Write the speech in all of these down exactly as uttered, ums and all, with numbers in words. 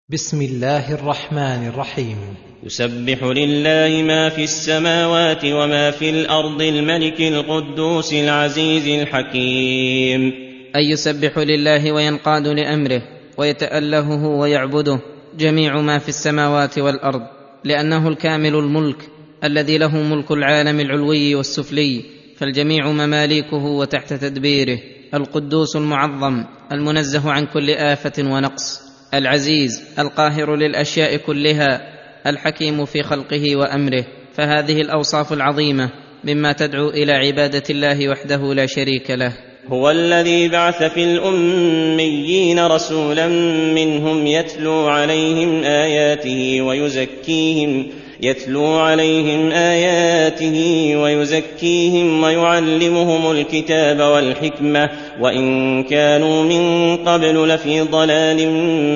بسم الله الرحمن الرحيم. يسبح لله ما في السماوات وما في الأرض الملك القدوس العزيز الحكيم. أي يسبح لله وينقاد لأمره ويتألهه ويعبده جميع ما في السماوات والأرض، لأنه الكامل الملك الذي له ملك العالم العلوي والسفلي، فالجميع مماليكه وتحت تدبيره. القدوس المعظم المنزه عن كل آفة ونقص، العزيز القاهر للأشياء كلها، الحكيم في خلقه وأمره. فهذه الأوصاف العظيمة مما تدعو إلى عبادة الله وحده لا شريك له. هو الذي بعث في الأميين رسولا منهم يتلو عليهم آياته ويزكيهم يتلو عليهم آياته ويزكيهم ويعلمهم الكتاب والحكمة وإن كانوا من قبل لفي ضلال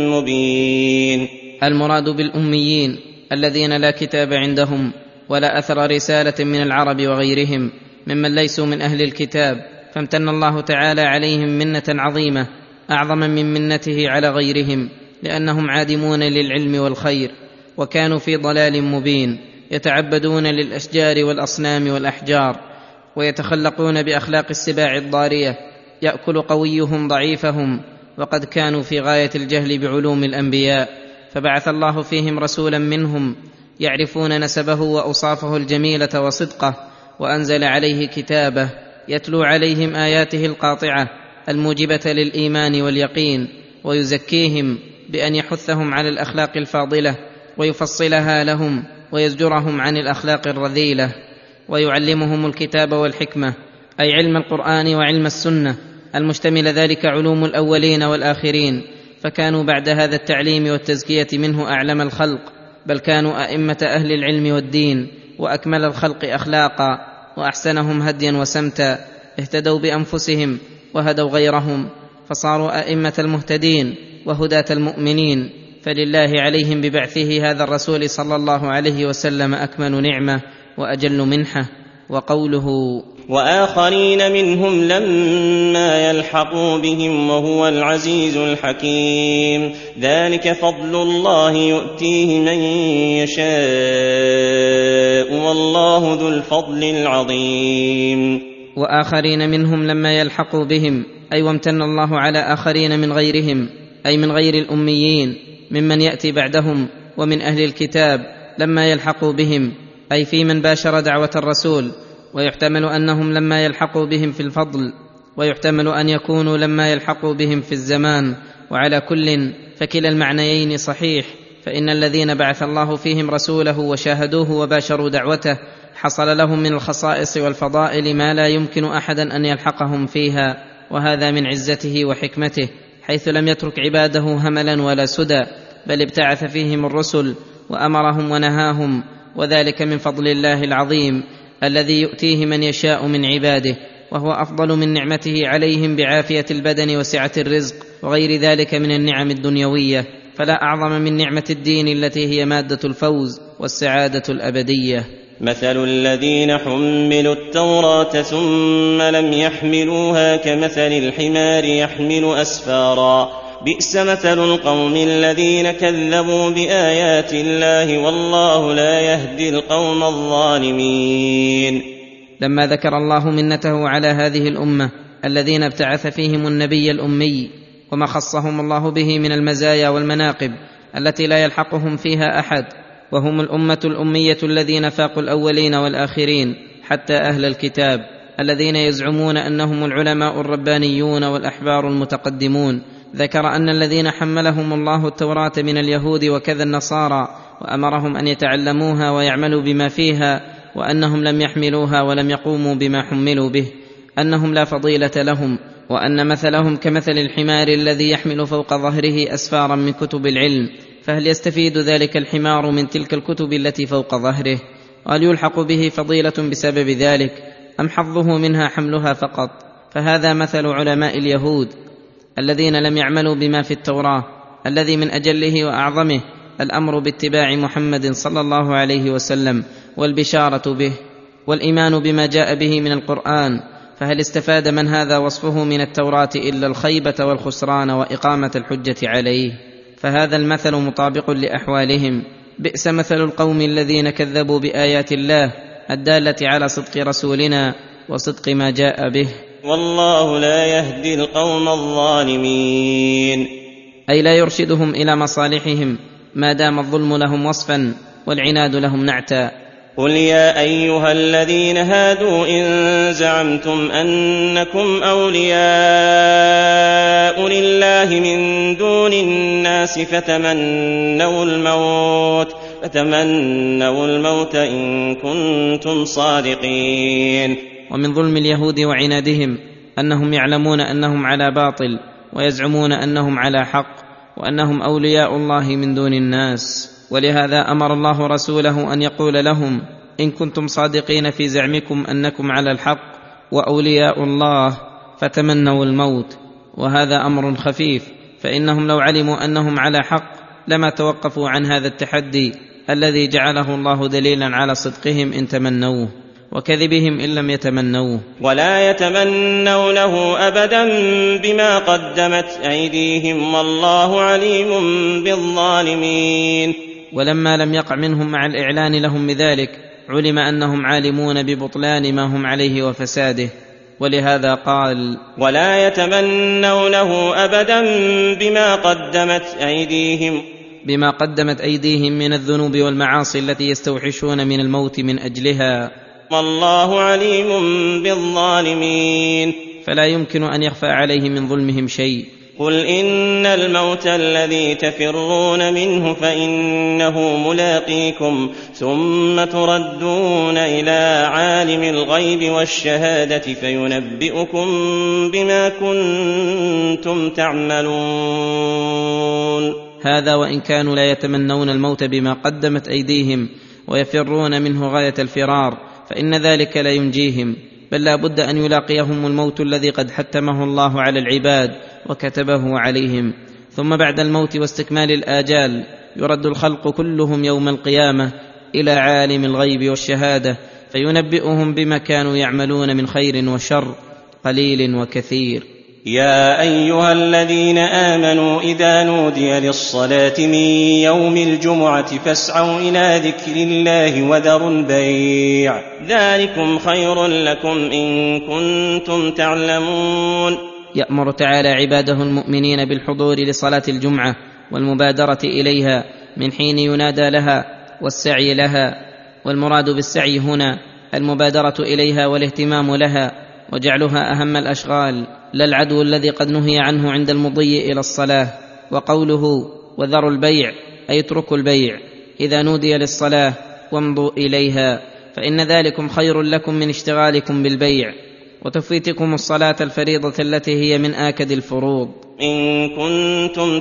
مبين. المراد بالأميين الذين لا كتاب عندهم ولا أثر رسالة من العرب وغيرهم ممن ليسوا من أهل الكتاب، فامتن الله تعالى عليهم منة عظيمة أعظم من منته على غيرهم، لأنهم عادمون للعلم والخير وكانوا في ضلال مبين، يتعبدون للأشجار والأصنام والأحجار، ويتخلقون بأخلاق السباع الضارية، يأكل قويهم ضعيفهم، وقد كانوا في غاية الجهل بعلوم الأنبياء، فبعث الله فيهم رسولا منهم يعرفون نسبه وأوصافه الجميلة وصدقه، وأنزل عليه كتابه يتلو عليهم آياته القاطعة الموجبة للإيمان واليقين، ويزكيهم بأن يحثهم على الأخلاق الفاضلة ويفصلها لهم ويزجرهم عن الأخلاق الرذيلة، ويعلمهم الكتاب والحكمة، أي علم القرآن وعلم السنة المشتمل ذلك علوم الأولين والآخرين، فكانوا بعد هذا التعليم والتزكية منه أعلم الخلق، بل كانوا أئمة أهل العلم والدين وأكمل الخلق أخلاقا وأحسنهم هديا وسمتا، اهتدوا بأنفسهم وهدوا غيرهم، فصاروا أئمة المهتدين وهداة المؤمنين، فلله عليهم ببعثه هذا الرسول صلى الله عليه وسلم أكمل نعمة وأجل منحة. وقوله وآخرين منهم لما يلحقوا بهم وهو العزيز الحكيم. ذلك فضل الله يؤتيه من يشاء والله ذو الفضل العظيم. وآخرين منهم لما يلحقوا بهم، أي وامتن الله على آخرين من غيرهم، أي من غير الأميين ممن يأتي بعدهم ومن أهل الكتاب لما يلحقوا بهم، أي في من باشر دعوة الرسول، ويحتمل أنهم لما يلحقوا بهم في الفضل، ويحتمل أن يكونوا لما يلحقوا بهم في الزمان، وعلى كل فكلا المعنيين صحيح، فإن الذين بعث الله فيهم رسوله وشاهدوه وباشروا دعوته حصل لهم من الخصائص والفضائل ما لا يمكن أحدا أن يلحقهم فيها، وهذا من عزته وحكمته، حيث لم يترك عباده هملا ولا سدى، بل ابتعث فيهم الرسل وأمرهم ونهاهم، وذلك من فضل الله العظيم الذي يؤتيه من يشاء من عباده، وهو أفضل من نعمته عليهم بعافية البدن وسعة الرزق وغير ذلك من النعم الدنيوية، فلا أعظم من نعمة الدين التي هي مادة الفوز والسعادة الأبدية. مثل الذين حملوا التوراة ثم لم يحملوها كمثل الحمار يحمل أسفارا، بئس مثل القوم الذين كذبوا بآيات الله والله لا يهدي القوم الظالمين. لما ذكر الله منته على هذه الأمة الذين ابتعث فيهم النبي الأمي وما خصهم الله به من المزايا والمناقب التي لا يلحقهم فيها أحد، وهم الأمة الأمية الذين فاقوا الأولين والآخرين حتى أهل الكتاب الذين يزعمون أنهم العلماء الربانيون والأحبار المتقدمون، ذكر أن الذين حملهم الله التوراة من اليهود وكذا النصارى وأمرهم أن يتعلموها ويعملوا بما فيها، وأنهم لم يحملوها ولم يقوموا بما حملوا به، أنهم لا فضيلة لهم، وأن مثلهم كمثل الحمار الذي يحمل فوق ظهره أسفارا من كتب العلم، فهل يستفيد ذلك الحمار من تلك الكتب التي فوق ظهره؟ وهل يلحق به فضيلة بسبب ذلك أم حظه منها حملها فقط؟ فهذا مثل علماء اليهود الذين لم يعملوا بما في التوراة، الذي من أجله وأعظمه الأمر باتباع محمد صلى الله عليه وسلم والبشارة به والإيمان بما جاء به من القرآن، فهل استفاد من هذا وصفه من التوراة إلا الخيبة والخسران وإقامة الحجة عليه؟ فهذا المثل مطابق لاحوالهم. بئس مثل القوم الذين كذبوا بايات الله الداله على صدق رسولنا وصدق ما جاء به. والله لا يهدي القوم الظالمين. اي لا يرشدهم الى مصالحهم ما دام الظلم لهم وصفا والعناد لهم نعتا. قل يا أيها الذين هادوا إن زعمتم أنكم أولياء لله من دون الناس فتمنوا الموت فتمنوا الموت إن كنتم صادقين. ومن ظلم اليهود وعنادهم أنهم يعلمون أنهم على باطل ويزعمون أنهم على حق وأنهم أولياء الله من دون الناس، ولهذا أمر الله رسوله أن يقول لهم إن كنتم صادقين في زعمكم أنكم على الحق وأولياء الله فتمنوا الموت. وهذا أمر خفيف، فإنهم لو علموا أنهم على حق لما توقفوا عن هذا التحدي الذي جعله الله دليلا على صدقهم إن تمنوه وكذبهم إن لم يتمنوه. ولا يتمنونه أبدا بما قدمت أيديهم والله عليم بالظالمين. ولما لم يقع منهم مع الإعلان لهم بذلك علم أنهم عالمون ببطلان ما هم عليه وفساده، ولهذا قال ولا يتمنونه أبدا بما قدمت أيديهم بما قدمت أيديهم من الذنوب والمعاصي التي يستوحشون من الموت من أجلها، والله عليم بالظالمين. فلا يمكن أن يخفى عليه من ظلمهم شيء. قل إن الموت الذي تفرون منه فإنه ملاقيكم ثم تردون إلى عالم الغيب والشهادة فينبئكم بما كنتم تعملون. هذا وإن كانوا لا يتمنون الموت بما قدمت أيديهم ويفرون منه غاية الفرار، فإن ذلك لا ينجيهم، بل لا بد أن يلاقيهم الموت الذي قد حتمه الله على العباد وكتبه عليهم. ثم بعد الموت واستكمال الآجال يرد الخلق كلهم يوم القيامة إلى عالم الغيب والشهادة فينبئهم بما كانوا يعملون من خير وشر قليل وكثير. يا أيها الذين آمنوا إذا نودي للصلاة من يوم الجمعة فاسعوا إلى ذكر الله وذروا البيع ذلكم خير لكم إن كنتم تعلمون. يأمر تعالى عباده المؤمنين بالحضور لصلاة الجمعة والمبادرة إليها من حين ينادى لها والسعي لها، والمراد بالسعي هنا المبادرة إليها والاهتمام لها وجعلها أهم الأشغال، لا العدو الذي قد نهي عنه عند المضي إلى الصلاة. وقوله وذروا البيع أي اتركوا البيع إذا نودي للصلاة وامضوا إليها، فإن ذلكم خير لكم من اشتغالكم بالبيع وتفويتكم الصلاة الفريضة التي هي من آكد الفروض. إن كنتم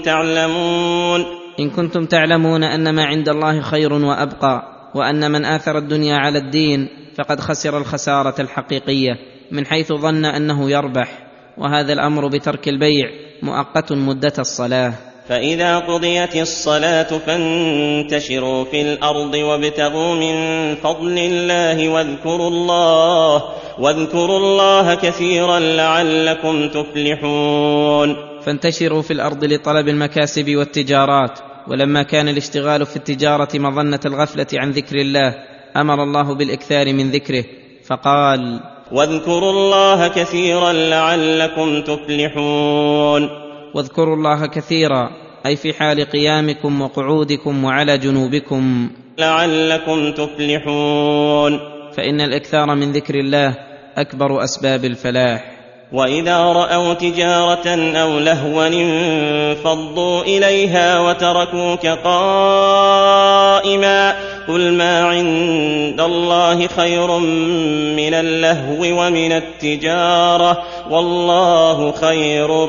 تعلمون إن كنتم تعلمون أن ما عند الله خير وأبقى، وأن من آثر الدنيا على الدين فقد خسر الخسارة الحقيقية من حيث ظن أنه يربح، وهذا الأمر بترك البيع مؤقت مدة الصلاة. فإذا قضيت الصلاة فانتشروا في الأرض وابتغوا من فضل الله واذكروا الله واذكروا الله كثيرا لعلكم تفلحون. فانتشروا في الأرض لطلب المكاسب والتجارات، ولما كان الاشتغال في التجارة مظنة الغفلة عن ذكر الله أمر الله بالإكثار من ذكره فقال واذكروا الله كثيرا لعلكم تفلحون. واذكروا الله كثيرا أي في حال قيامكم وقعودكم وعلى جنوبكم لعلكم تفلحون، فإن الإكثار من ذكر الله أكبر أسباب الفلاح. وإذا رأوا تجارة أو لهوا انفضوا إليها وتركوك قائما قل ما عند الله خير من اللهو ومن التجارة والله خير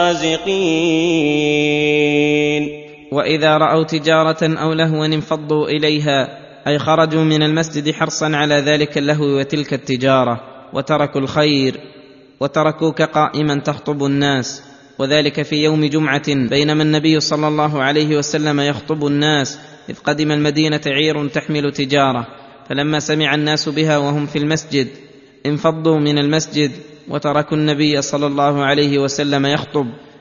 الرازقين. وإذا رأوا تجارة أو لهوا انفضوا إليها أي خرجوا من المسجد حرصا على ذلك اللهو وتلك التجارة وتركوا الخير وتركوك قائما تخطب الناس، وذلك في يوم جمعة بينما النبي صلى الله عليه وسلم يخطب الناس إذ قدم المدينة عير تحمل تجارة، فلما سمع الناس بها وهم في المسجد انفضوا من المسجد وتركوا النبي صلى الله عليه وسلم يخطب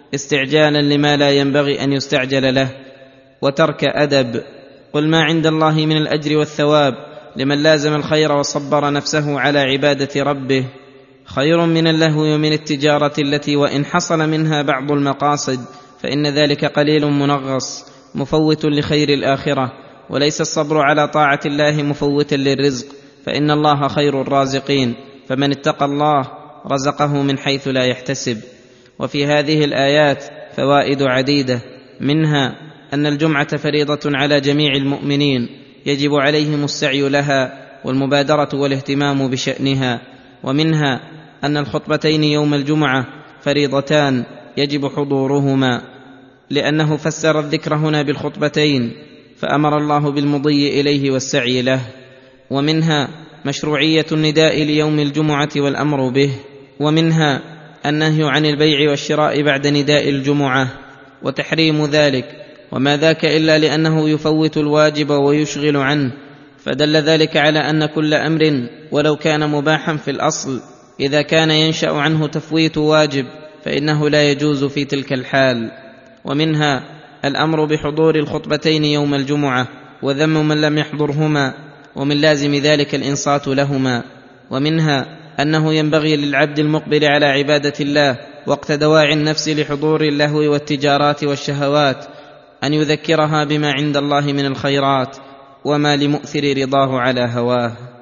استعجالا لما لا ينبغي ان يستعجل له، وترك ادب. قل ما عند الله من الاجر والثواب لمن لازم الخير وصبر نفسه على عباده ربه خير من اللهو ومن التجاره التي وان حصل منها بعض المقاصد فان ذلك قليل منغص مفوت لخير الاخره، وليس الصبر على طاعه الله مفوتا للرزق، فان الله خير الرازقين، فمن اتقى الله رزقه من حيث لا يحتسب. وفي هذه الايات فوائد عديده، منها ان الجمعه فريضه على جميع المؤمنين يجب عليهم السعي لها والمبادره والاهتمام بشانها، ومنها ان الخطبتين يوم الجمعه فريضتان يجب حضورهما، لانه فسر الذكر هنا بالخطبتين فامر الله بالمضي اليه والسعي له. ومنها مشروعيه النداء ليوم الجمعه والامر به، ومنها النهي عن البيع والشراء بعد نداء الجمعه وتحريم ذلك، وما ذاك الا لانه يفوت الواجب ويشغل عنه، فدل ذلك على ان كل امر ولو كان مباحا في الاصل اذا كان ينشا عنه تفويت واجب فانه لا يجوز في تلك الحال. ومنها الامر بحضور الخطبتين يوم الجمعه وذم من لم يحضرهما، ومن لازم ذلك الانصات لهما. ومنها انه ينبغي للعبد المقبل على عباده الله وقت دواعي النفس لحضور اللهو والتجارات والشهوات ان يذكرها بما عند الله من الخيرات وما لمؤثر رضاه على هواه.